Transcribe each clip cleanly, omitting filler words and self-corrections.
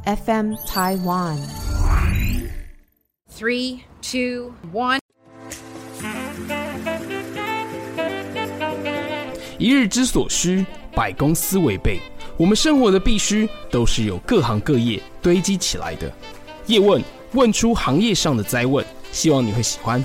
FM Taiwan. 3, 2, 1. 一日之所需，百公司为备。我们生活的必须，都是由各行各业堆积起来的。叶问问出行业上的灾问，希望你会喜欢。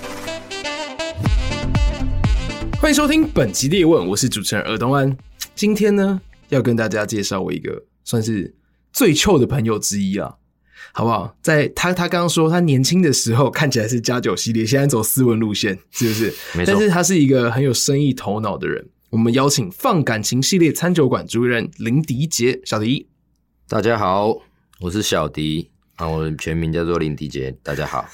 欢迎收听本集的叶问，我是主持人尔东安。今天呢，要跟大家介绍我一个算是最臭的朋友之一啊，好不好？在他刚刚说他年轻的时候看起来是加酒系列，现在走斯文路线，是不是？没错。但是他是一个很有生意头脑的人。我们邀请放感情系列餐酒馆主任林迪杰，小迪。 大家好，我是小迪啊，我的全名叫做林迪杰。大家好。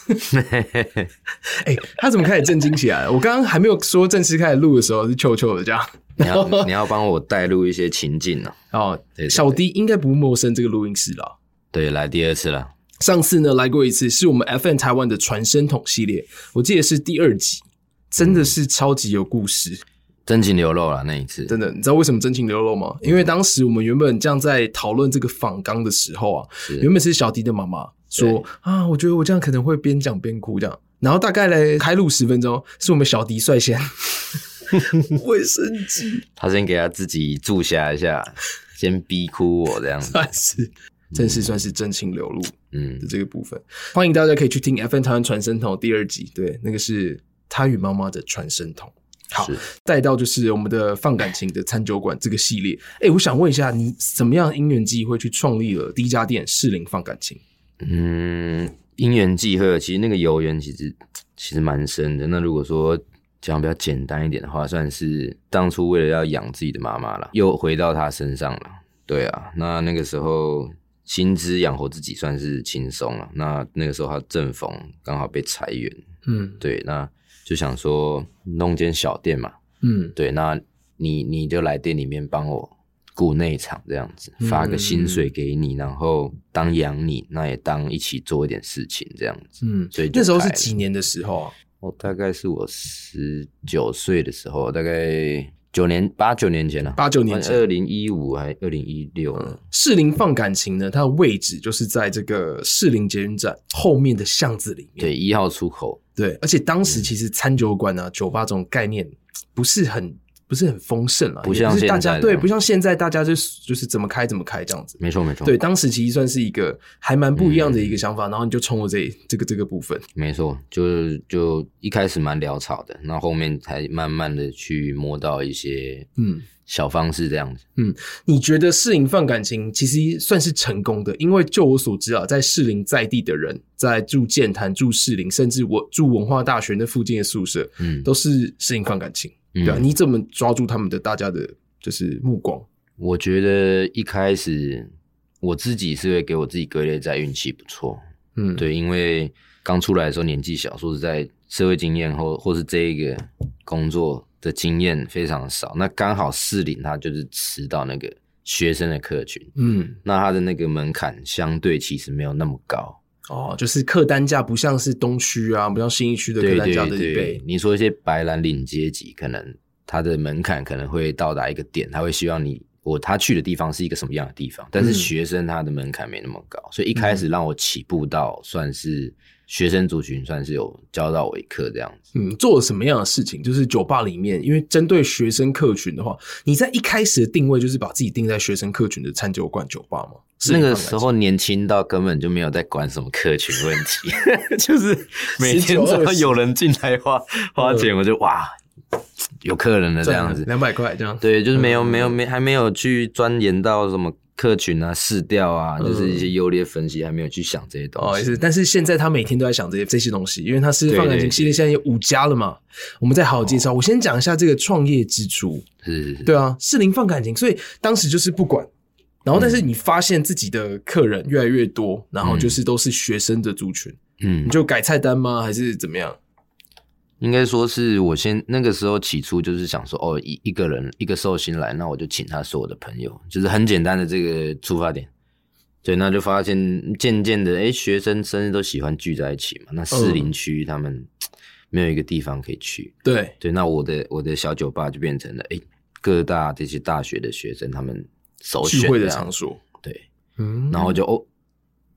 他怎么开始震惊起来了？我刚刚还没有说正式开始录的时候是臭臭的这样。 你要帮我带入一些情境啊。 哦， 对， 小迪应该不陌生这个录音室了。 对，来第二次了。 上次呢来过一次，是我们 FN 台湾的传声筒系列，我记得是第2集，真的是超级有故事。 真情流露啦，那一次真的，你知道为什么真情流露吗？因为当时我们原本这样在讨论这个访纲的时候啊，原本是小迪的妈妈说啊，我觉得我这样可能会边讲边哭这样，然后大概来开录10分钟，是我们小迪率先卫生纸， 他先给他自己注下一下，先逼哭我这样子， 算是真情流露的这个部分。欢迎大家可以去听 FN 台湾传声筒第2集，对，那个是他与妈妈的传声筒。好，带到就是我们的放感情的餐酒馆这个系列。我想问一下，你怎么样因缘际会去创立了第一家店士林放感情？ 因缘际会，其实那个由缘其实蛮深的。那如果说讲比较简单一点的话，算是当初为了要养自己的妈妈了，又回到她身上了。对啊，那个时候薪资养活自己算是轻松了。那个时候她正逢刚好被裁员，对，那就想说弄间小店嘛，对，那你就来店里面帮我顾内场这样子，发个薪水给你，然后当养你，那也当一起做一点事情这样子，所以就那时候是几年的时候啊？ 大概是我19岁的时候，大概8、9年前了，8、9年前，2015还2016。 士林放感情呢，它的位置就是在这个士林捷运站后面的巷子里面， 对，1号出口。 对，而且当时其实餐酒馆啊、酒吧这种概念不是很丰盛啊， 不像现在， 对，不像现在大家就是怎么开怎么开这样子。 没错。 对，当时其实算是一个还蛮不一样的一个想法，然后你就冲了这个部分。 没错，就一开始蛮潦草的，那后面才慢慢的去摸到一些小方式这样子。 你觉得士林放感情其实算是成功的？因为就我所知啊，在士林在地的人，在住健谈、住士林，甚至我住文化大学那附近的宿舍，都是士林放感情。对啊，你怎么抓住他们的大家的就是目光？ 我觉得一开始我自己是会给我自己归类在运气不错，对，因为刚出来的时候年纪小，说实在社会经验或是这一个工作的经验非常少，那刚好士林它就是吃到那个学生的客群，那它的那个门槛相对其实没有那么高。 就是客单价不像是东区啊，不像信义区的客单价的1倍。 对，你说一些白蓝领阶级，可能他的门槛可能会到达一个点，他会希望他去的地方是一个什么样的地方，但是学生他的门槛没那么高，所以一开始让我起步到算是学生族群，算是有教到我一课这样子。 做了什么样的事情？就是酒吧里面，因为针对学生客群的话，你在一开始的定位就是把自己定在学生客群的餐酒馆酒吧吗？ 那个时候年轻到根本就没有在管什么客群问题，就是每天只要有人进来花钱，我就哇有客人了这样子 ，200块这样。 对，就是还没有去钻研到什么客群啊、市调啊，就是一些优劣分析，还没有去想这些东西。但是现在他每天都在想这些东西，因为他是放感情系列，现在有5家了嘛。我们再好好介绍。我先讲一下这个创业之初。 是。 对啊，士林放感情，所以当时就是不管。然后，但是你发现自己的客人越来越多，然后就是都是学生的族群，你就改菜单吗？还是怎么样？ 应该说是我那个时候起初就是想说，一个人一个寿星来，那我就请他所有的朋友，就是很简单的这个出发点。对，那就发现渐渐的，学生生日都喜欢聚在一起嘛。那士林区他们没有一个地方可以去， 对， 那我的小酒吧就变成了各大这些大学的学生他们首选聚会的场所， 对，然后就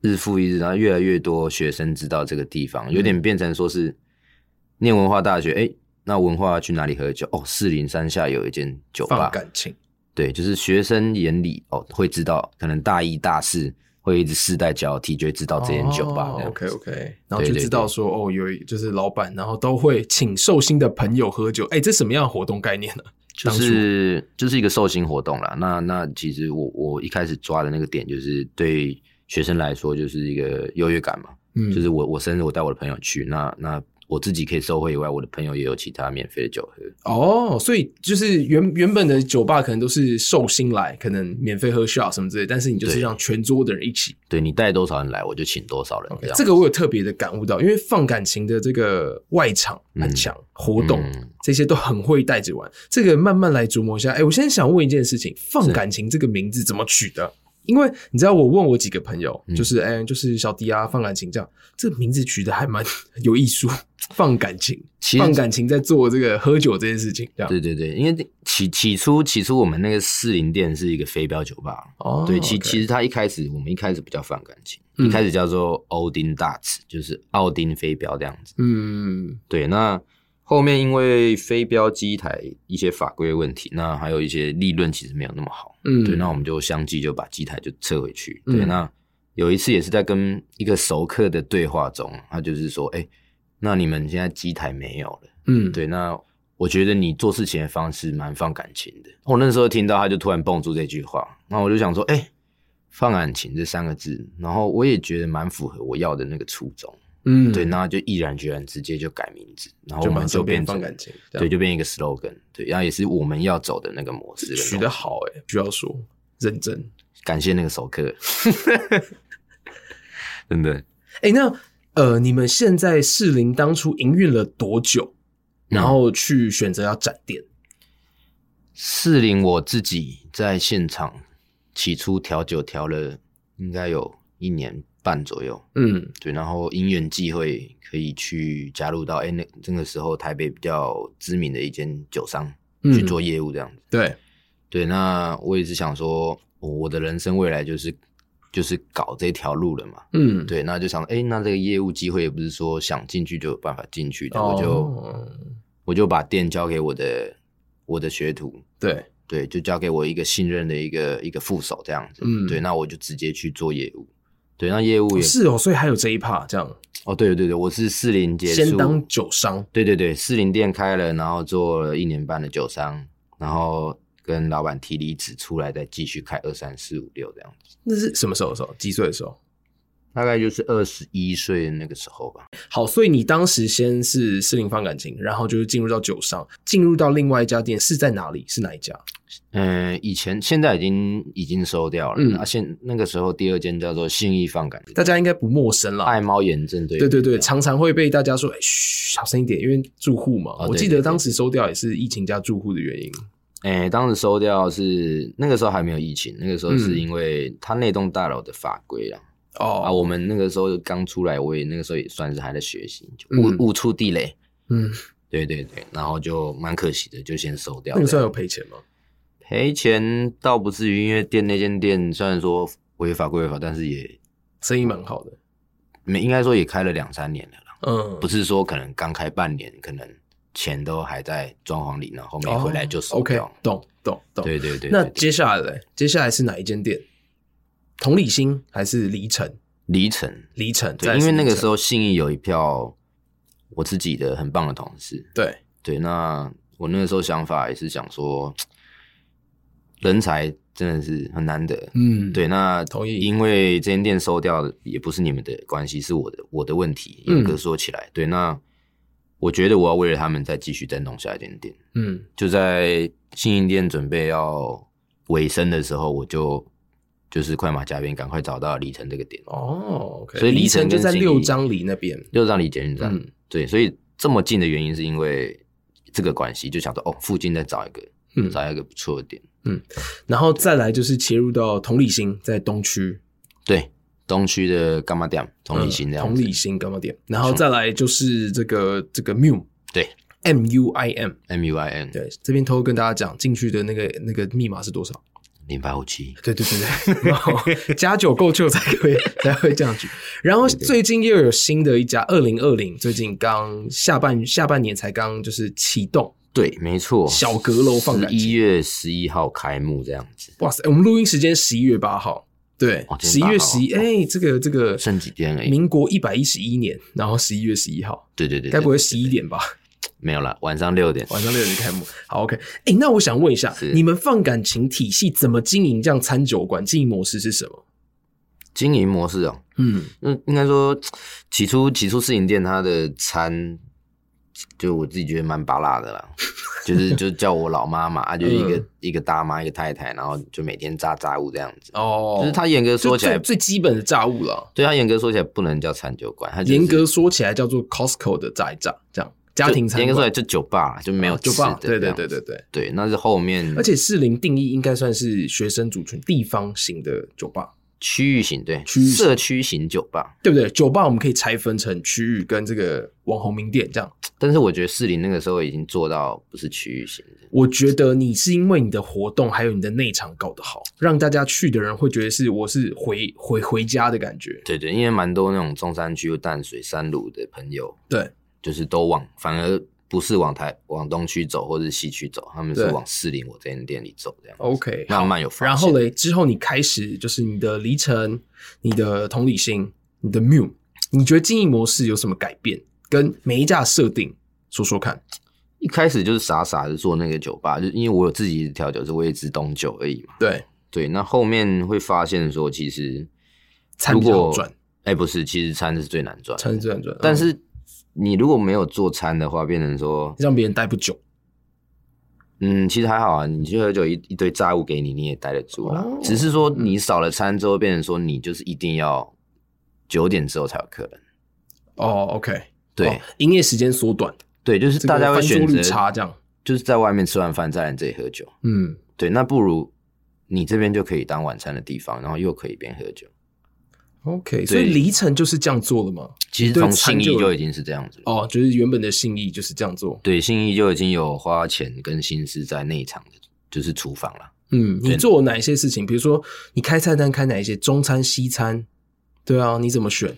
日复一日，然后越来越多学生知道这个地方，有点变成说是念文化大学，那文化去哪里喝酒？士林山下有一间酒吧， 放感情。 对，就是学生眼里会知道，可能大一大四会一直世代交替，就会知道这间酒吧。 OK， 然后就知道说有就是老板，然后都会请寿星的朋友喝酒。这什么样的活动概念呢？ 就是一个寿星活动啦。那其实我一开始抓的那个点，就是对学生来说就是一个优越感嘛。就是我生日我带我的朋友去，那我自己可以受惠以外，我的朋友也有其他免费的酒喝。 所以就是原本的酒吧可能都是寿星来，可能免费喝 shot 什么之类的，但是你就是让全桌的人一起。 对，你带多少人来，我就请多少人。 这个我有特别的感悟到，因为放感情的这个外场很强，活动这些都很会带着玩。这个慢慢来琢磨一下。我现在想问一件事情，放感情这个名字怎么取的？因为你知道，我问我几个朋友，就是小迪啊，放感情这样，这个名字取得还蛮有艺术。放感情，放感情在做这个喝酒这件事情，这样。 对，因为起初我们那个士林店是一个飞镖酒吧，对，其实我们一开始不叫放感情，一开始叫做欧丁大池，就是奥丁飞镖这样子。对，那后面因为飞镖机台一些法规问题，那还有一些利润其实没有那么好，对，那我们就相继就把机台就撤回去。对，那有一次也是在跟一个熟客的对话中，他就是说，那你们现在机台没有了，对，那我觉得你做事情的方式蛮放感情的。我那时候听到他就突然蹦出这句话，然后我就想说，放感情这3个字，然后我也觉得蛮符合我要的那个初衷，对，那就毅然决然直接就改名字，然后我们就变成放感情， 对，就变一个 slogan， 对，然后也是我们要走的那个模式。 取得好，需要说认真， 感谢那个熟客，真的。 那你们现在士林当初营运了多久？然后去选择要展店？ 士林我自己在现场起初调酒调了应该有1年半左右，对，然后因缘际会可以去加入到那个时候台北比较知名的一间酒商去做业务这样子。对，那我也是想说，我的人生未来就是搞这条路了嘛，对，那就想，那这个业务机会也不是说想进去就有办法进去的，我就把店交给我的学徒，对，就交给我一个信任的一个副手这样子，对，那我就直接去做业务，对，那业务也所以还有这一 part 这样。 对，我是士林结束先当酒商， 对，士林店开了，然后做了1年半的酒商，然后跟老板提离职出来，再继续开2、3、4、5、6这样子。 那是什么时候？几岁的时候？ 大概就是21岁的那个时候吧。 好，所以你当时先是士林放感情，然后就是进入到酒商，进入到另外一家店是在哪里？是哪一家？ 现在已经收掉了。那个时候第2间叫做信义放感情， 大家应该不陌生啦。 爱猫眼正对。 对，常常会被大家说，嘘，小声一点，因为住户嘛。我记得当时收掉也是疫情加住户的原因。 当时收掉是那个时候还没有疫情，那个时候是因为它那栋大楼的法规啦。我们那个时候刚出来，我也那个时候也算是还在学习，误触地雷。对，然后就蛮可惜的，就先收掉。 那个时候有赔钱吗？ 赔钱倒不至于，因为那间店虽然说违法归违法，但是也生意蛮好的。 应该说也开了2、3年了啦。不是说可能刚开半年，可能钱都还在装潢里，然后后面回来就收掉。 OK， 懂。 对。 那接下来是哪一间店？同理心还是离城？ 离城。对，因为那个时候信义有一票我自己的很棒的同事。对，那我那个时候想法也是想说，人才真的是很难得。对，那同意。 因为这间店收掉也不是你们的关系，是我的问题。严格说起来，对，那我觉得我要为了他们再继续再弄下一间店。就在信义店准备要尾声的时候，我就是快马加鞭，赶快找到离城这个点。 OK， 所以离城就在6张里那边 ，6张里捷运站。对，所以这么近的原因是因为这个关系，就想说附近再找一个不错的点。 然后再来就是切入到同理心，在东区。 对，东区的干嘛店，同理心这样子。 同理心干嘛店，然后再来就是这个 MUIM。 对。 MUIM。 MUIM。 对，这边偷偷跟大家讲，进去的那个密码是多少 0857， 对对对对，然后加酒够旧才会这样举。然后最近又有新的一家2020，最近刚下半年才刚就是启动。 对，没错， 小阁楼放感情 11月11号开幕这样子。 哇塞，我们录音时间11月8号。对，11月11，这个剩几天而已。 民国111年，然后11月11号。 对， 该不会11点吧？ 没有啦，晚上6点开幕。好 ，OK。那我想问一下，你们放感情体系怎么经营这样餐酒馆？经营模式是什么？ 经营模式哦，应该说起初试营店它的餐，就我自己觉得蛮拔辣的啦，就叫我老妈嘛，就是一个大妈一个太太，然后就每天炸物这样子。哦，就是它严格说起来最基本的炸物了。 对，它严格说起来不能叫餐酒馆，它严格说起来叫做 Costco 的炸一炸这样。家庭餐馆， 严格说来就酒吧啦，就没有酒吧。 对，那是后面。 而且士林定义应该算是学生族群地方型的酒吧， 区域型，对，社区型酒吧， 对不对？酒吧我们可以拆分成区域跟这个网红名店这样。 但是我觉得士林那个时候已经做到不是区域型的。 我觉得你是因为你的活动还有你的内场搞得好，让大家去的人会觉得我是回家的感觉。 对，因为蛮多那种中山区、淡水、三鲁的朋友， 对。 就是都反而不是往东区走或者西区走，他们是往士林我这间店里走这样。 OK， 慢慢有发现。 然后嘞，之后你开始就是你的离程、你的同理心、你的 Mu， 你觉得经营模式有什么改变？跟每一家设定说看。 一开始就是傻傻的做那个酒吧，就因为我有自己的调酒，是我也只懂酒而已嘛。对，那后面会发现说，其实餐比较好赚。 不是，其实餐是最难赚， 餐是最难赚， 但是。你如果没有做餐的话，变成说让别人待不久。 其实还好啊，你就有一堆炸物给你，你也待得住啦。只是说你少了餐之后，变成说你就是一定要9点之后才有客人。 OK， 对， 营业时间缩短。 对，就是大家会选择差这样， 就是在外面吃完饭再来这里喝酒。对，那不如你这边就可以当晚餐的地方，然后又可以边喝酒。 OK， 所以离程就是这样做了吗？ 其实从信义就已经是这样子了。 就是原本的信义就是这样做。 对，信义就已经有花钱跟心思在内场的，就是厨房了。 你做哪一些事情？比如说你开菜单开哪一些？中餐、西餐？对啊，你怎么选？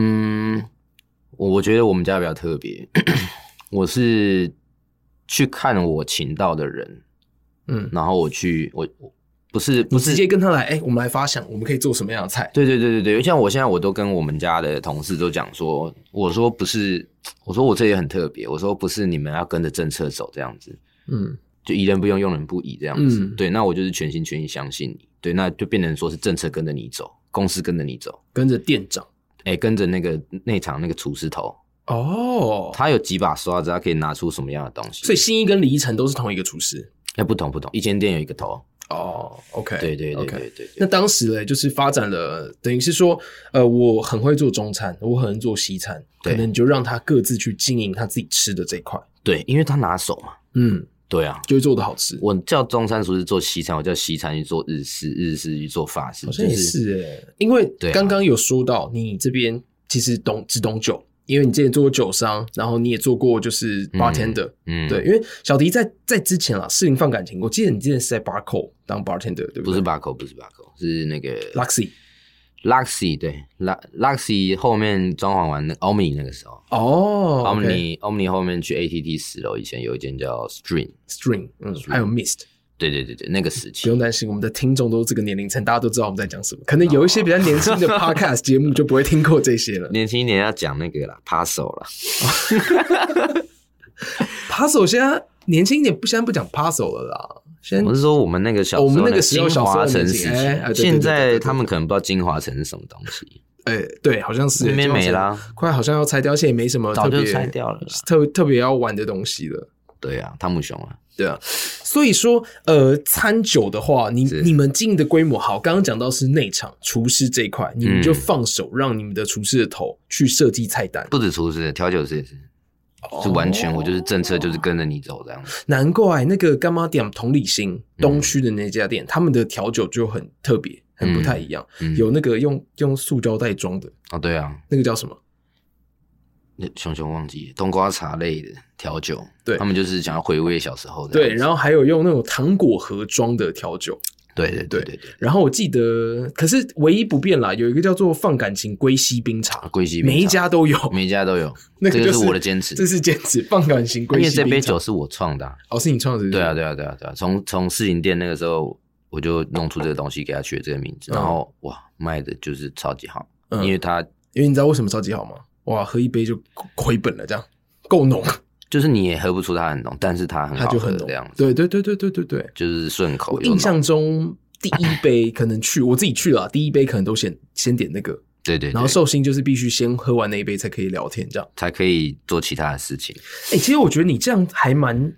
我觉得我们家比较特别，我是去看我请到的人，然后我不是直接跟他来，我们来发想我们可以做什么样的菜。 对，像我现在我都跟我们家的同事都讲说，我说不是，我说我这也很特别，我说不是你们要跟着政策走这样子，就疑人不用，用人不疑这样子。对，那我就是全心全意相信你。对，那就变成说是政策跟着你走，公司跟着你走， 跟着店长， 跟着那个内场那个厨师头。他有几把刷子，他可以拿出什么样的东西。 所以信义跟离程都是同一个厨师？ 不同，一间店有一个头。 OK， 对。 那当时呢，就是发展了，等于是说，我很会做中餐，我很会做西餐，可能你就让他各自去经营他自己吃的这一块。 对，因为他拿手嘛。对啊， 就会做得好吃。 我叫中餐厨师做西餐，我叫西餐去做日式，日式去做法式。 好像也是因为刚刚有说到你这边其实只懂酒。因为你之前做过酒商，然后你也做过就是 bartender，对，因为小迪在之前啦，士林放感情，我记得你之前是在 Barco 当 bartender， 对不对？ 不是 Barco， 是那个 Luxy， 对 ，Luxy 后面装潢完那 Omni 那个时候，Omni 后面去 ATT 10楼以前有一间叫 String， 还有 Mist。 对，那个时期不用担心，我们的听众都是这个年龄层，大家都知道我们在讲什么。可能有一些比较年轻的 podcast 节目就不会听过这些了。 年轻一点要讲那个啦 ，Paso 啦。 Paso 现在年轻一点，现在不讲 Paso 了啦。 我是说我们那个小时候， 我们那个时候金华城时期，现在他们可能不知道金华城是什么东西。 对，好像是那边没啦， 快好像要拆掉，现在也没什么特别早就拆掉了， 特别要玩的东西了。 对啊，汤姆熊啊。 对啊，所以说餐酒的话，你们经营的规模好，刚刚讲到是内场厨师这一块，你们就放手让你们的厨师的头去设计菜单， 不止厨师，调酒师也是，是完全我就是政策就是跟着你走这样子。 难怪那个干妈店同理心东区的那家店，他们的调酒就很特别，很不太一样，有那个用塑胶袋装的对啊， 那个叫什么？ 熊忘记冬瓜茶类的调酒， 对， 他们就是想要回味小时候的。 对，然后还有用那种糖果盒装的调酒， 对。 然后我记得，可是唯一不变啦，有一个叫做放感情龟息冰茶， 龟息冰茶每一家都有，那个就是我的坚持， 这是坚持放感情龟息冰茶。 因为这杯酒是我创的是你创的是不是？ 对啊，从士林店那个时候我就弄出这个东西，给他取了这个名字，然后哇，卖的就是超级好，因为你知道为什么超级好吗？哇，喝一杯就亏本了，这样够浓。 就是你也喝不出它很浓，但是它很好喝这样子。 对， 就是顺口。 我印象中第一杯可能我自己去了，第一杯可能都先点那个，对，然后寿星就是必须先喝完那一杯才可以聊天，这样才可以做其他的事情。 其实我觉得你这样还蛮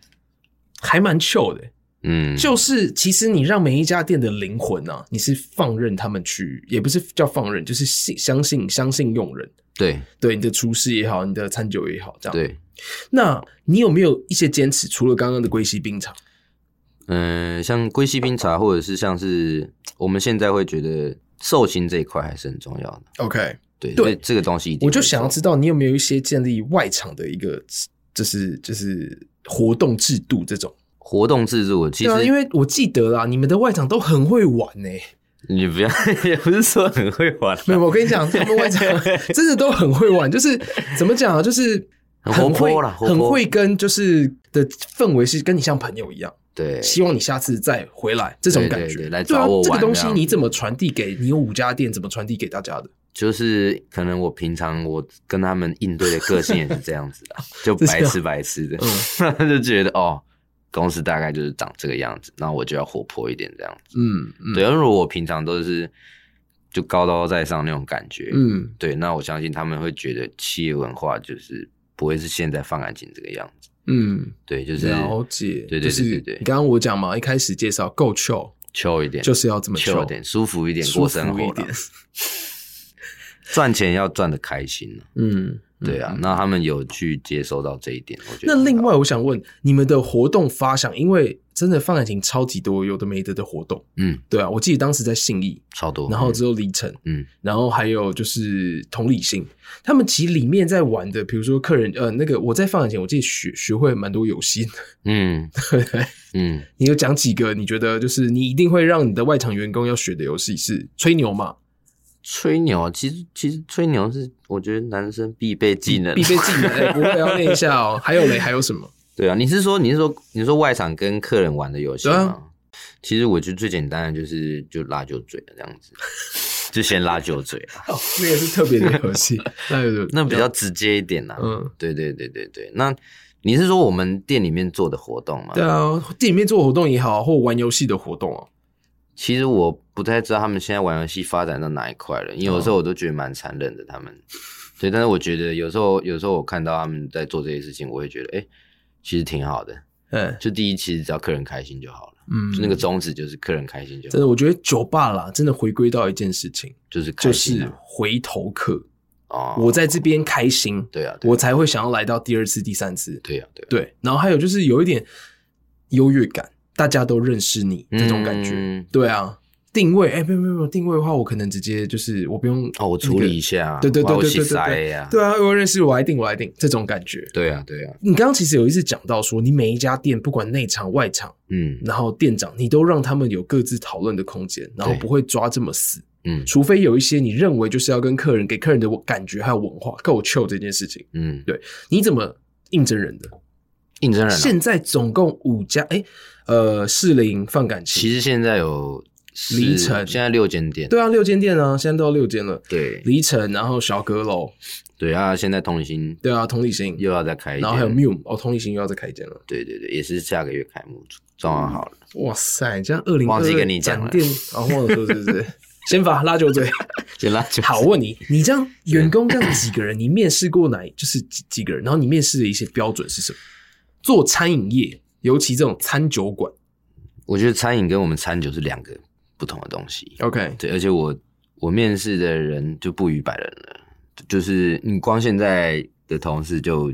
chill 的。就是其实你让每一家店的灵魂啊，你是放任他们去，也不是叫放任，就是相信用人。对，你的厨师也好，你的餐酒也好，这样。 对， 那你有没有一些坚持？除了刚刚的龟息冰茶， 像龟息冰茶，或者是像是我们现在会觉得寿星这一块还是很重要的。 OK， 对，这个东西一定我就想要知道你有没有一些建立外场的一个，就是活动制度这种。 活动制度其实因为我记得啦，你们的外场都很会玩你不要，也不是说很会玩， 没有，我跟你讲，他们外场真的都很会玩，就是怎么讲啊，就是很活泼啦， 很会跟就是的氛围是跟你像朋友一样， 对， 希望你下次再回来这种感觉， 对，来找我玩。 这个东西你怎么传递给你有5家店，怎么传递给大家的？ 就是可能我平常我跟他们应对的个性也是这样子的，就白痴的，就觉得公司大概就是长这个样子，然后我就要活泼一点这样子。对，因为我平常都是就高高在上那种感觉。对，那我相信他们会觉得企业文化就是不会是现在放感情这个样子。对，就是了解。 对， 你刚刚我讲嘛，一开始介绍够 chill 一点， 就是要这么 chill 一点，舒服一点过生活啦。赚钱要赚得开心对啊，那他们有去接收到这一点，我觉得。 那另外我想问，你们的活动发想，因为真的放感情超级多有的没的活动，对啊，我记得当时在信义超多， 然后之后离城，然后还有就是同理心，他们其实里面在玩的，比如说客人那个我在放感情，我记得学会蛮多游戏的，对不对？你有讲几个？你觉得就是你一定会让你的外场员工要学的游戏是吹牛嘛？ 吹牛其实吹牛是我觉得男生必备技能， 不会要练一下哦。还有什么？ 对啊，你是说外场跟客人玩的游戏吗？其实我觉得最简单的就拉酒嘴这样子，就先拉酒嘴啦。 那个是特别的游戏， 那比较直接一点啦。对。那你是说我们店里面做的活动吗？ 对啊，店里面做活动也好，或玩游戏的活动啊。 其实我不太知道他们现在玩游戏发展到哪一块了，因为有时候我都觉得蛮残忍的他们。对，但是我觉得有时候我看到他们在做这些事情，我会觉得其实挺好的。就第一，其实只要客人开心就好了。就那个宗旨就是客人开心就好。 真的，我觉得酒吧啦，真的回归到一件事情， 就是开心就是回头客。我在这边开心， 对啊， 我才会想要来到第2次、第3次。 对啊。 然后还有就是有一点优越感。大家都认识你这种感觉，对啊，定位，没有定位的话，我可能直接就是我不用我处理一下， 对，对啊，我认识我来定这种感觉， 对啊。 你刚刚其实有一次讲到说，你每一家店不管内场外场，然后店长你都让他们有各自讨论的空间，然后不会抓这么死，除非有一些你认为就是要跟客人给客人的感觉还有文化够 chill 这件事情，对，你怎么应征人的？现在总共5家，士林放感情， 其实现在有离城， 现在6间店， 对啊，6间店啊，现在都要6间了， 对， 离城，然后小阁楼， 对啊，现在同理心， 对啊，同理心又要再开一间， 然后还有 Mule，同理心又要再开一间了， 对，也是下个月开幕，装完好了， 哇塞，这样2022 忘记跟你讲了， 展店，忘了说是先发拉酒嘴， 先拉酒嘴。 好，问你这样员工这样几个人，你面试过就是几个人，然后你面试的一些标准是什么？做餐饮业，尤其这种餐酒馆， 我觉得餐饮跟我们餐酒是2个不同的东西。 OK， 对，而且我面试的人就不逾100人了，就是你光现在的同事就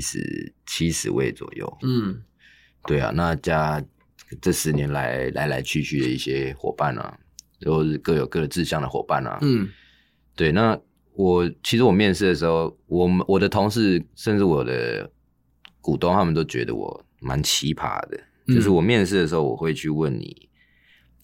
70位左右。对啊，那加这10年来去的一些伙伴啊，都是各有各的志向的伙伴啊。对，那其实我面试的时候，我的同事甚至我的股东他们都觉得我蛮奇葩的，就是我面试的时候我会去问你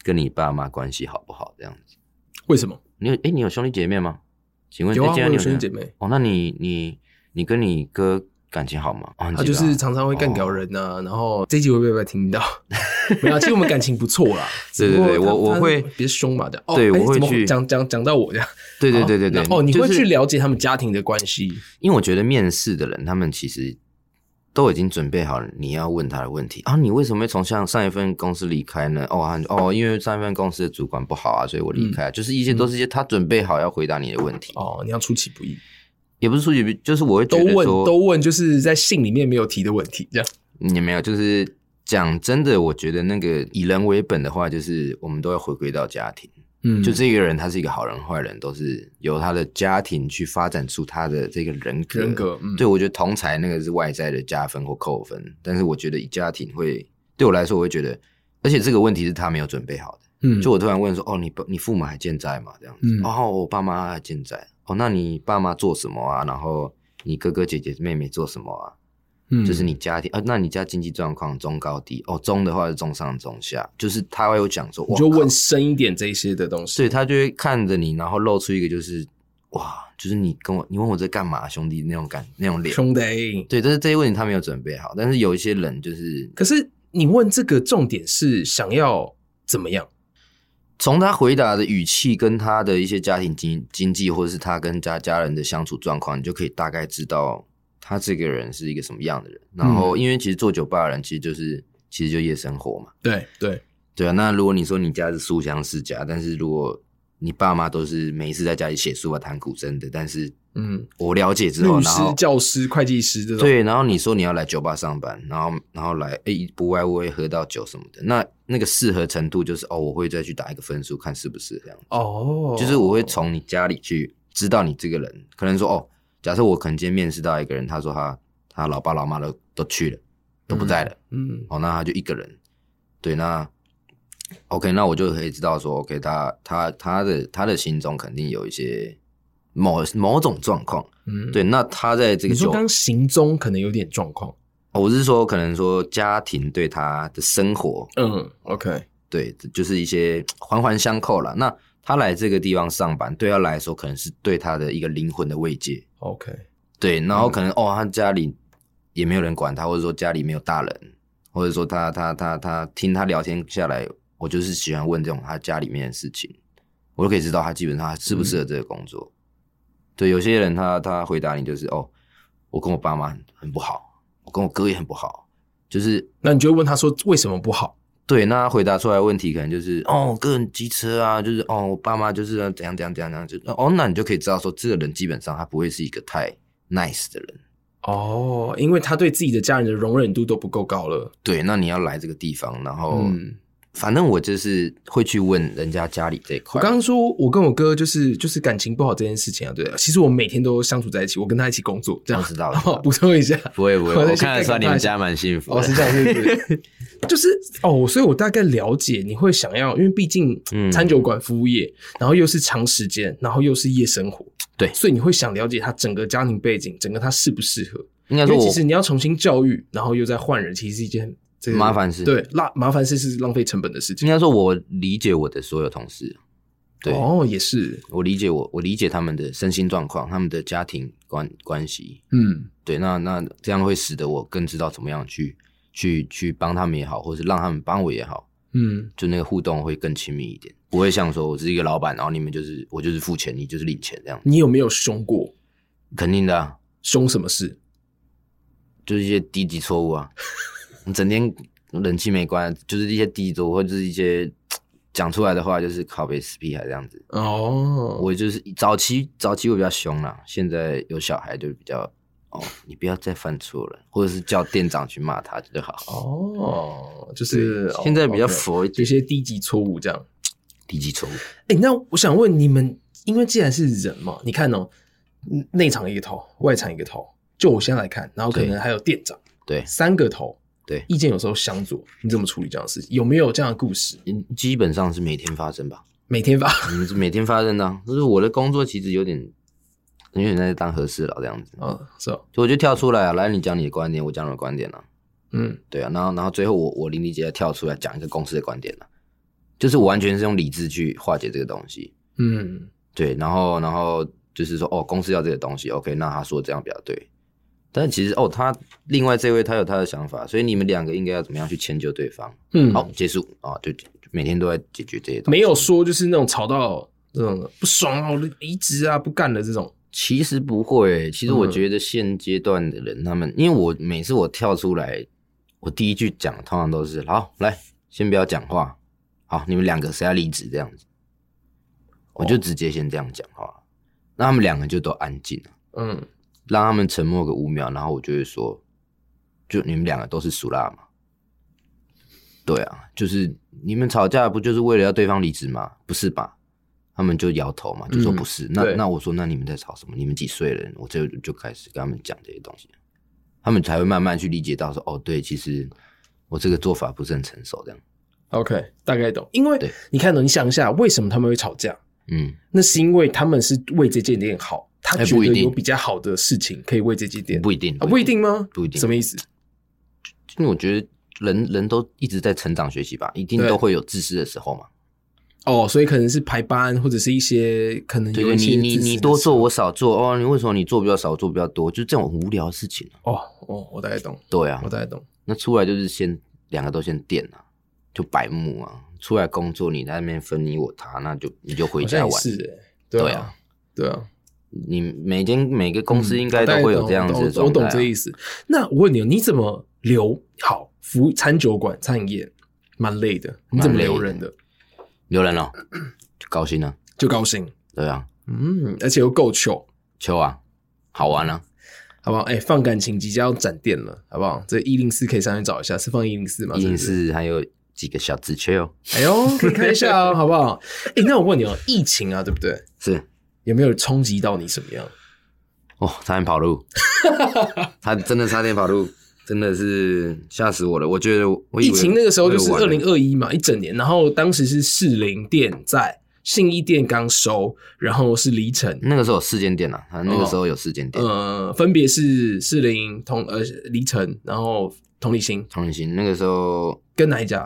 跟你爸妈关系好不好这样子。 为什么？ 你有兄弟姐妹吗？请问有啊，我有既然你兄弟姐妹。 哦，那你跟你哥感情好吗？ 他就是常常会干掉人啊，然后这一集会不会听到？没有，其实我们感情不错啦。 对，我会别凶嘛的。 对，我会去讲到我这样。 对。 你会去了解他们家庭的关系， 因为我觉得面试的人他们其实都已经准备好了你要问他的问题啊。你为什么会从上一份公司离开呢？因为上一份公司的主管不好啊，所以我离开。就是一些都是一些他准备好要回答你的问题。 你要出其不意。 也不是出其不意，就是我会觉得说都问，就是在信里面没有提的问题，这样也没有。就是讲真的，我觉得那个以人为本的话，就是我们都要回归到家庭。就这个人他是一个好人坏人，都是由他的家庭去发展出他的这个人格。对，我觉得同才那个是外在的加分或扣分，但是我觉得以家庭会对我来说，我会觉得，而且这个问题是他没有准备好的。就我突然问说，你父母还健在吗？这样子。我爸妈还健在。那你爸妈做什么啊？然后你哥哥姐姐妹妹做什么啊？就是你家庭那你家经济状况中高低？中的话是中上中下，就是他会有讲说， 你就问深一点这一些的东西。 对，他就会看着你，然后露出一个就是就是你问我这干嘛，兄弟那种脸。 兄弟， 对，但是这些问题他没有准备好。但是有一些人就是， 可是你问这个重点是想要怎么样？ 从他回答的语气跟他的一些家庭经济，或者是他跟家人的相处状况，你就可以大概知道他这个人是一个什么样的人。然后，因为其实做酒吧的人其实就夜生活嘛。对啊。那如果你说你家是书香世家，但是如果你爸妈都是没事在家里写书啊、弹古筝的，但是我了解之后， 律师、教师、会计师这种。 对，然后你说你要来酒吧上班，然后来不外乎会喝到酒什么的，那个适合程度就是我会再去打一个分数，看适不适合这样子。就是我会从你家里去知道你这个人，可能说假设我可能今天面试到一个人，他说他老爸老妈都去了，都不在了，那他就一个人。对，那 OK， 那我就可以知道说 OK， 他的心中肯定有一些某种状况。对，那他在这个你说刚行踪可能有点状况。 我是说可能说家庭对他的生活 OK， 对，就是一些环环相扣啦。那他来这个地方上班，对他来说可能是对他的一个灵魂的慰藉。 OK， 对，然后可能他家里也没有人管他，或者说家里没有大人，或者说他听他聊天下来，我就是喜欢问这种他家里面的事情，我就可以知道他基本上他适不适合这个工作。对，有些人他回答你就是我跟我爸妈很不好，我跟我哥也很不好，就是那你就会问他说为什么不好？ 对，那他回答出来的问题可能就是我个人机车啊，就是我爸妈就是怎样，就那你就可以知道说这个人基本上他不会是一个太 nice 的人。 因为他对自己的家人的容忍度都不够高了。 对，那你要来这个地方，然后反正我就是会去问人家家里这一块。 我刚刚说我跟我哥就是感情不好这件事情啊，对啊，其实我们每天都相处在一起，我跟他一起工作，这样我知道了。 补充一下， 不会，我看得出来你们家蛮幸福的。 是这样，是就是所以我大概了解你会想要，因为毕竟餐酒馆服务业，然后又是长时间，然后又是夜生活， 对， 所以你会想了解他整个家庭背景，整个他适不适合。 应该说， 因为其实你要重新教育，然后又再换人，其实是一件麻烦事。 对，麻烦事是浪费成本的事情。 应该说，我理解我的所有同事。对， 也是我理解他们的身心状况，他们的家庭关系。对，那这样会使得我更知道怎么样去帮他们也好，或是让他们帮我也好。就那个互动会更亲密一点，不会像说我是一个老板，然后你们就是我就是付钱，你就是领钱这样。 你有没有凶过？ 肯定的啊。凶什么事？ 就是一些低级错误啊，你整天冷气没关，就是一些低级错误，或者是一些讲出来的话就是靠北死屁孩这样子。我就是早期我比较凶啦，现在有小孩就比较你不要再犯错了，或者是叫店长去骂他就好。 就是现在比较佛一点， 这些低级错误这样。 低级错误。 那我想问你们，因为既然是人嘛，你看内场一个头，外场一个头。就我先来看，然后可能还有店长， 对 ，3个头， 对， 意见有时候相左，你怎么处理这样的事情？有没有这样的故事？ 基本上是每天发生吧， 每天发生的。就是我的工作其实有点在当和事佬这样子。 是哦， 就我就跳出来啊，来你讲你的观点，我讲我的观点啊。对啊，然后最后我淋漓尽致跳出来讲一个公司的观点啊。 就是我完全是用理智去化解这个东西。 嗯， 对，然后就是说，哦，公司要这个东西 ，OK， 那他说这样比较对。但是其实，他另外这位他有他的想法，所以你们两个应该要怎么样去迁就对方？好，结束啊，就每天都在解决这些东西。 没有说就是那种吵到这种不爽啊，离职啊，不干了这种。 其实不会，其实我觉得现阶段的人，他们因为我每次我跳出来，我第一句讲通常都是好，来，先不要讲话，好，你们两个谁要离职这样子，我就直接先这样讲话，那他们两个就都安静了，让他们沉默个5秒，然后我就会说，就你们两个都是属辣嘛，对啊，就是你们吵架不就是为了要对方离职吗？不是吧？他们就摇头嘛，就说不是。那我说，那你们在吵什么？你们几岁了？我就开始跟他们讲这些东西，他们才会慢慢去理解到说，哦，对，其实我这个做法不是很成熟，这样。 OK， 大概懂。因为你看，你想一下，为什么他们会吵架？那是因为他们是为这间店好，他觉得有比较好的事情可以为这间店。 不一定， 不一定吗？ 不一定。 什么意思？ 因为我觉得人都一直在成长学习吧，一定都会有自私的时候嘛。 所以可能是排班，或者是一些可能有一些你多做我少做你为什么你做比较少，我做比较多？就这种无聊的事情我大概懂。 对啊， 我大概懂。 那出来就是两个都先垫啊，就白目啊。出来工作你在那边分你我他，那你就回家玩。 是对啊， 对啊。 你每个公司应该都会有这样子的状态。 我懂这意思。那我问你，你怎么留好餐酒馆餐饮业？蛮累的，你怎么留人的？ 留人了，就高兴啊， 就高兴。 对啊， 而且又够糗啊，好玩啊， 好不好？放感情即将要展店了，好不好？这104可以上去找一下，是放104吗 ？104还有几个小纸缺哦。 哎呦，可以看一下好不好？那我问你疫情啊，对不对？ 是， 有没有冲击到你什么样？ 差点跑路，他真的差点跑路。真的是吓死我了！我觉得疫情那个时候就是2021嘛，一整年。然后当时是士林店在信义店刚收，然后是离城。 那个时候有4间店啊，那个时候有4间店， 分别是士林、离城，然后同理心。 那个时候跟哪一家？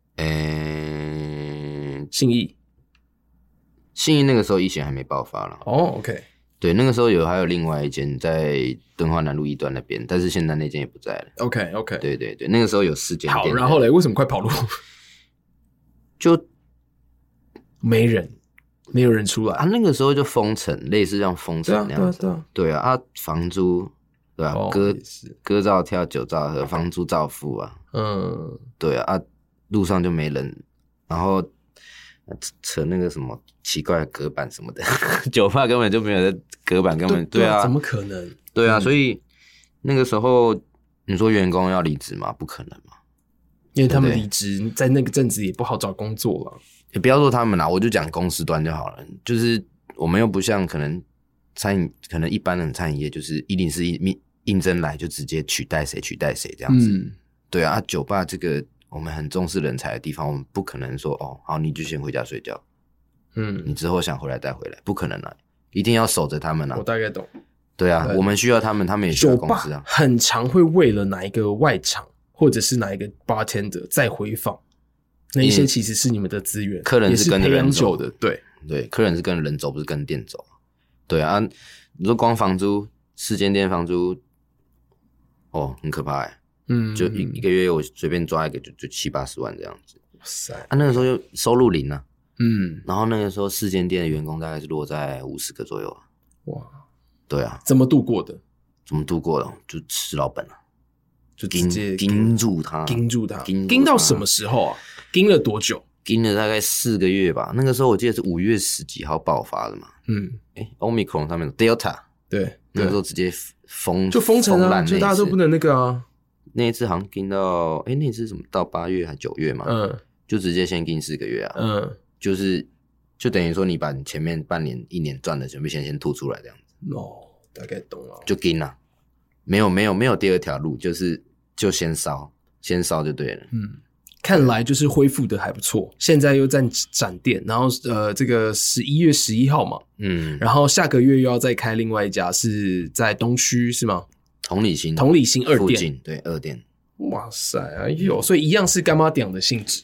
信义那个时候疫情还没爆发了。 OK。对， 那个时候还有另外一间在敦化南路1段那边，但是现在那间也不在了。 OK， 对，那个时候有4间店。 好，然后嘞，为什么快跑路？就没有人出来啊。那个时候就封城，类似像封城那样子。对啊，房租对啊，歌照跳酒照喝，房租照付啊。对啊，路上就没人，然后扯那个什么奇怪的隔板什么的，酒吧根本就没有的隔板，根本对啊， 怎么可能？ 对啊，所以那个时候你说员工要离职吗？不可能嘛， 因为他们离职在那个阵子也不好找工作了。 也不要说他们啦，我就讲公司端就好了。就是我们又不像可能可能一般的餐饮业，就是104应征来就直接取代谁这样子。对啊，酒吧这个我们很重视人才的地方，我们不可能说好你就先回家睡觉，你之后想回来再回来，不可能啊，一定要守着他们啊。 我大概懂。 对啊，我们需要他们，他们也需要公司啊。 酒吧很常会为了哪一个外场或者是哪一个 bartender 再回访，那一些其实是你们的资源， 客人是跟着人走的，对， 客人是跟着人走，不是跟着店走。对啊，你说光房租4间店房租，很可怕欸。就一个月我随便抓一个就70-80万这样子。哇塞！那个时候就收入0啊。然后那个时候4间店的员工大概是落在50个左右啊。哇！对啊。 怎么度过的？ 就吃老本了， 就直接盯住他， 盯到什么时候啊？盯了多久？ 盯了大概4个月吧。那个时候我记得是5月10几号爆发的嘛。Omicron 上面的 Delta。对，那个时候直接封城啊，就大家都不能那个啊。 那一次好像盯到，那一次什么到8月还9月嘛，就直接先盯4个月啊，就等于说你把你前面半年1年赚的全部先吐出来这样子。 大概懂了。 就盯了，没有第二条路，就先烧就对了。 看来就是恢复的还不错，现在又在展店，然后这个11月11号嘛，然后下个月又要再开另外一家，是在东区是吗？同理心2店， 对，2店。 哇塞，哎呦，所以一样是干妈店的性质。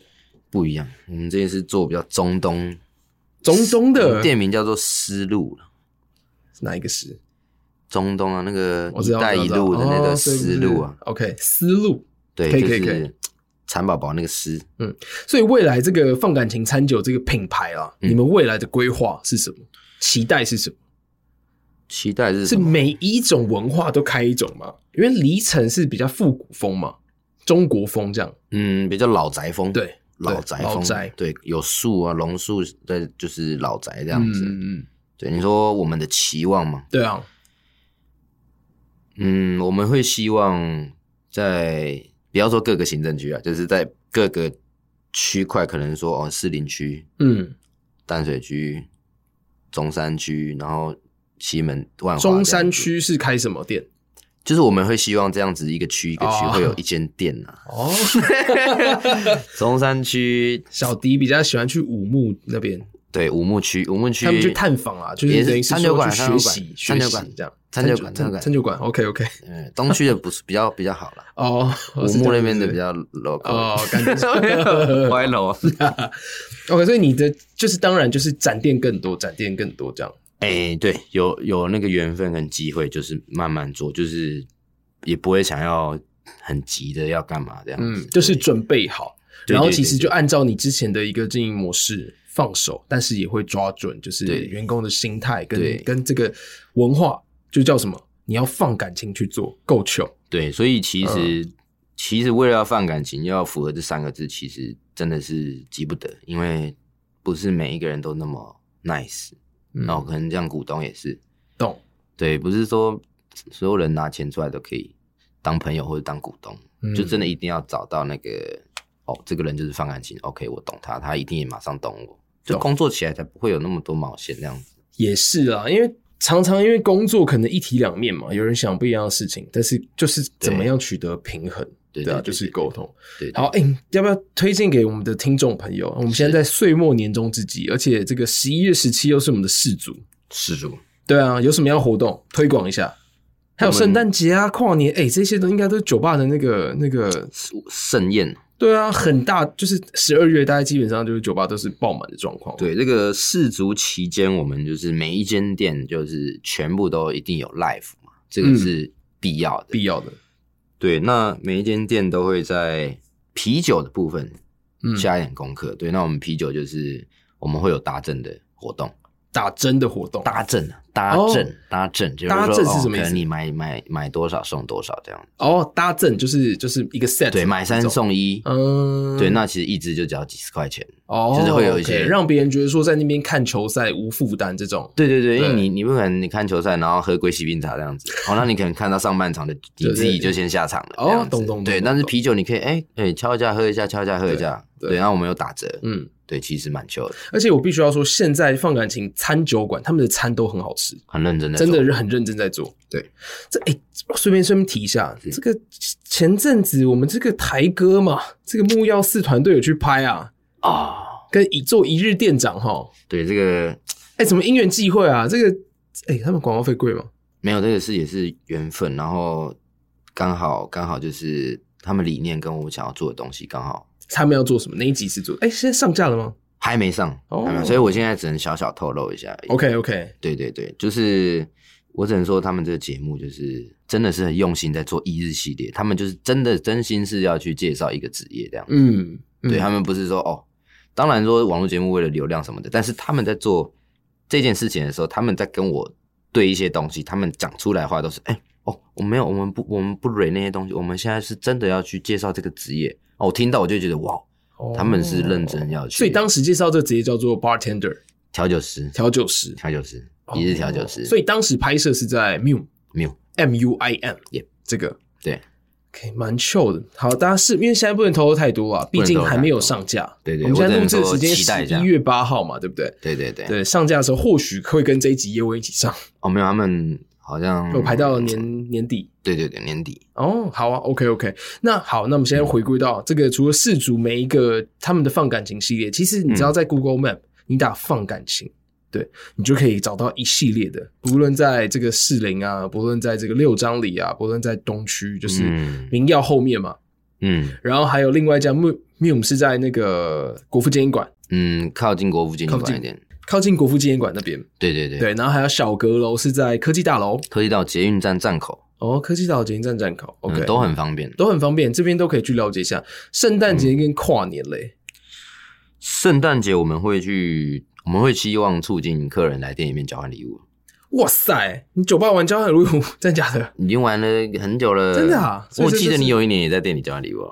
不一样，我们这些是做比较中东的店名叫做丝路了。 哪一个丝？ 中东啊，那个我知道一带一路的那个丝路啊。 OK， 丝路， 对， 可以就是蚕宝宝那个丝。 所以未来这个放感情餐酒这个品牌啊，你们未来的规划是什么？期待是什么？ 期待是什么？是每一种文化都开一种吗？因为离城是比较复古风嘛，中国风这样。 比较老宅风。 对， 老宅风。对，有树啊，榕树的，就是老宅这样子。对，你说我们的期望吗？ 对啊。 我们会希望在不要说各个行政区啊，就是在各个区块，可能说士林区、淡水区、中山区，然后西门、万华。 中山区是开什么店？ 就是我们会希望这样子一个区会有一间店啊。中山区小迪比较喜欢去武木那边。 对，武木区他们去探访啊，就是等于是说去学习这样。餐酒馆 OK， 东区的不是比较好了。武木那边的比较 local。 感觉歪楼。 OK， 所以你的就是当然就是展店更多这样。 对，有那个缘分跟机会，就是慢慢做，就是也不会想要很急的要干嘛这样子。 就是准备好，然后其实就按照你之前的一个经营模式。放手，但是也会抓准，就是员工的心态跟这个文化，就叫什么？你要放感情去做，够糗。 对，所以其实为了要放感情，要符合这3个字，其实真的是急不得，因为不是每一个人都那么 nice，然后可能这样股东也是懂。 对，不是说所有人拿钱出来都可以当朋友或者当股东，就真的一定要找到那个这个人就是放感情 ，OK， 我懂他，他一定也马上懂我。就工作起来才不会有那么多毛线这样子。 也是啦，因为常常因为工作可能一体两面嘛，有人想不一样的事情，但是就是怎么样取得平衡，对啊，就是沟通。对，好，要不要推荐给我们的听众朋友？我们现在在岁末年终之际，而且这个11月17又是我们的世足，对啊，有什么样的活动推广一下？还有圣诞节啊、跨年，这些都应该都是酒吧的那个盛宴。 对啊，很大，就是12月大概基本上就是酒吧都是爆满的状况。 对，这个世足期间，我们就是每一间店就是全部都一定有 live 嘛，这个是必要的。对，那每一间店都会在啤酒的部分下一点功课。对，那我们啤酒就是我们会有搭阵的活动。 打针的活动， 搭阵，就是搭阵是什么意思？ 可能你买多少送多少这样。 搭阵就是一个 set， 对，买3送1。对，那其实一支就只要几十块钱。就是会有一些让别人觉得说在那边看球赛无负担这种。 对，因为你不可能你看球赛然后喝龟西冰茶这样子。那你可能看到上半场的你自己就先下场了。 懂。 对，但是啤酒你可以敲一下喝一下，敲一下喝一下。对，然后我们有打折。对，其实蛮糗的。 而且我必须要说，现在放感情餐酒馆他们的餐都很好吃， 很认真在做， 真的很认真在做。对，这顺便提一下，这个前阵子我们这个台哥嘛，这个木曜4团队有去拍跟做一日店长对，这个怎么因缘际会啊？这个他们广告费贵吗？ 没有，这个也是缘分，然后刚好就是他们理念跟我想要做的东西刚好。 他们要做什么？哪一集是做？现在上架了吗？ 还没上，所以我现在只能小小透露一下而已。 OK， 对，就是我只能说他们这个节目就是真的是很用心在做一日系列，他们就是真心是要去介绍一个职业这样。对，他们不是说当然说网络节目为了流量什么的，但是他们在做这件事情的时候，他们在跟我对一些东西，他们讲出来的话都是我们不蕊那些东西，我们现在是真的要去介绍这个职业。我听到我就觉得哇，他们是认真要去。 所以当时介绍这个职业叫做 bartender， 调酒师，一日调酒师。 所以当时拍摄是在 MUIM MUIM 这个对 ，OK， 蛮 chill 的。好，大家因为现在不能透露太多啊，毕竟还没有上架。 对， 我们现在录制的时间11月8号嘛，对不对？ 对， 上架的时候或许会跟这一集叶问一起上。 没有，他们好像有排到年底。 对，年底。 好啊 ，OK。那好，那我们现在回归到这个，除了世足每一个他们的放感情系列，其实你知道在 Google Map 你打放感情，对你就可以找到一系列的，不论在这个士林啊，不论在这个六张里啊，不论在东区，就是明耀后面嘛， 然后还有另外一家 Mium 是在那个国父纪念馆， 靠近国父纪念馆一点， 靠近国父纪念馆那边。对，然后还有小阁楼是在科技大楼， 科技岛捷运站站口。 科技岛捷运站站口 ，OK， 都很方便， 这边都可以去了解一下。圣诞节跟跨年嘞， 圣诞节我们会希望促进客人来店里面交换礼物。 哇塞，你酒吧玩交换礼物，真的假的？ 已经玩了很久了， 真的啊！ 我记得你有一年也在店里交换礼物。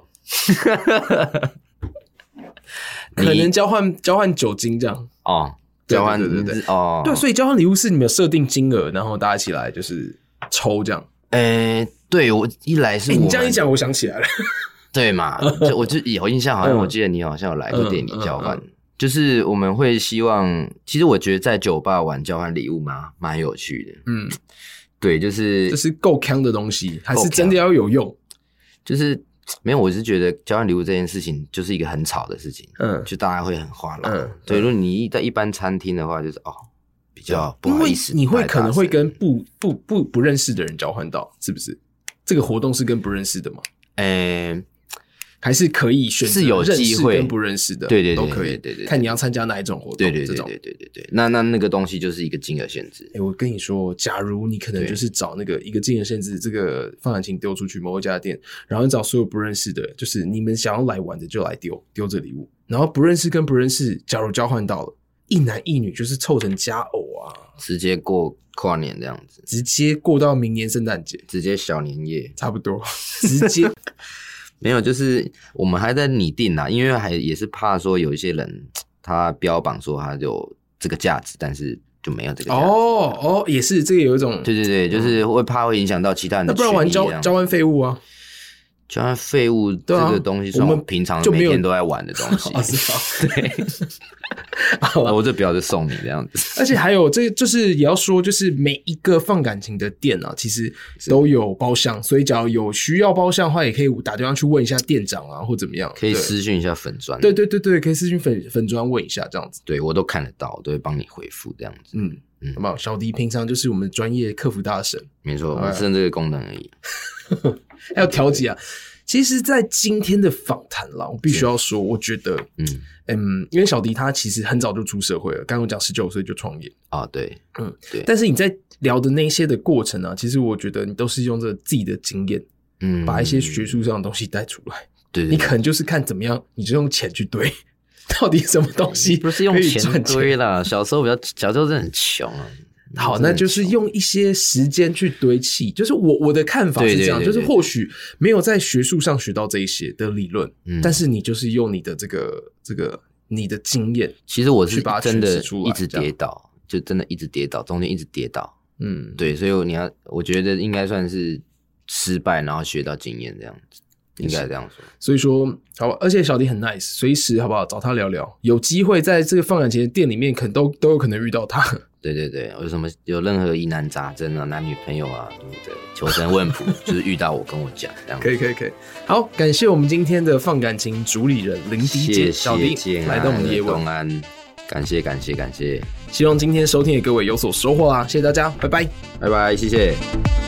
可能交换酒精这样交换对哦，对，所以交换礼物是你们有设定金额，然后大家一起来就是抽这样。 对，我一来是你这样一讲，我想起来了， 对嘛？我就有印象，好像我记得你好像有来过店里交换，就是我们会希望，其实我觉得在酒吧玩交换礼物蛮有趣的，对，就是这是够强的东西，还是真的要有用？ 就是没有，我是觉得交换礼物这件事情就是一个很吵的事情，就大家会很话痨，对，如果你在一般餐厅的话，就是比较不好意思， 你会可能会跟不认识的人交换到，是不是？这个活动是跟不认识的吗？还是可以选择是有机会跟不认识的， 对都可以，对，看你要参加哪一种活动， 对，那个东西就是一个金额限制。 我跟你说，假如你可能就是找那个一个金额限制，这个放感情丢出去某一家店，然后你找所有不认识的，就是你们想要来玩的就来丢这礼物，然后不认识跟不认识，假如交换到了，一男一女就是凑成佳偶啊， 直接过跨年这样子， 直接过到明年圣诞节， 直接小年夜， 差不多，直接。 没有，就是我们还在拟定啦，因为也是怕说有一些人他标榜说他有这个价值，但是就没有这个价值。 也是这个有一种， 对，就是会怕会影响到其他人的权益。 那不然玩交换废物啊？ 交换废物这个东西，我们平常每天都在玩的东西。对，我这表就送你这样子。 而且还有这就是也要说，就是每一个放感情的店啊，其实都有包厢，所以假如有需要包厢的话，也可以打电话去问一下店长啊，或怎么样， 可以私讯一下粉专。 对，可以私讯粉专问一下这样子。 对，我都看得到，我都会帮你回复这样子。 好不好？小迪平常就是我们专业客服大神， 没错，我剩这个功能而已。 还有调解啊。其实在今天的访谈啦，我必须要说，我觉得因为小迪他其实很早就出社会了，刚刚我讲19岁就创业对，对。 但是你在聊的那些的过程啊，其实我觉得你都是用着自己的经验，把一些学术上的东西带出来。对，你可能就是看怎么样，你就用钱去堆，到底什么东西不是用钱堆啦？小时候真的很穷啊。 好，那就是用一些时间去堆砌，就是我的看法是这样，就是或许没有在学术上学到这一些的理论，但是你就是用你的这个你的经验， 其实我是真的一直跌倒，就真的一直跌倒，中间一直跌倒，对，所以我觉得应该算是失败，然后学到经验这样子。应该这样说， 所以说好，而且小迪很 nice， 随时好不好找他聊聊，有机会在这个放感情的店里面，可能都有可能遇到他。 对，有任何疑难杂症啊，男女朋友啊，对，求神问卜，就是遇到我跟我讲，这样可以。好，感谢我们今天的放感情主理人林迪姐小迪来到我们的业问， 感谢， 希望今天收听的各位有所收获啊，谢谢大家，拜拜， 谢谢。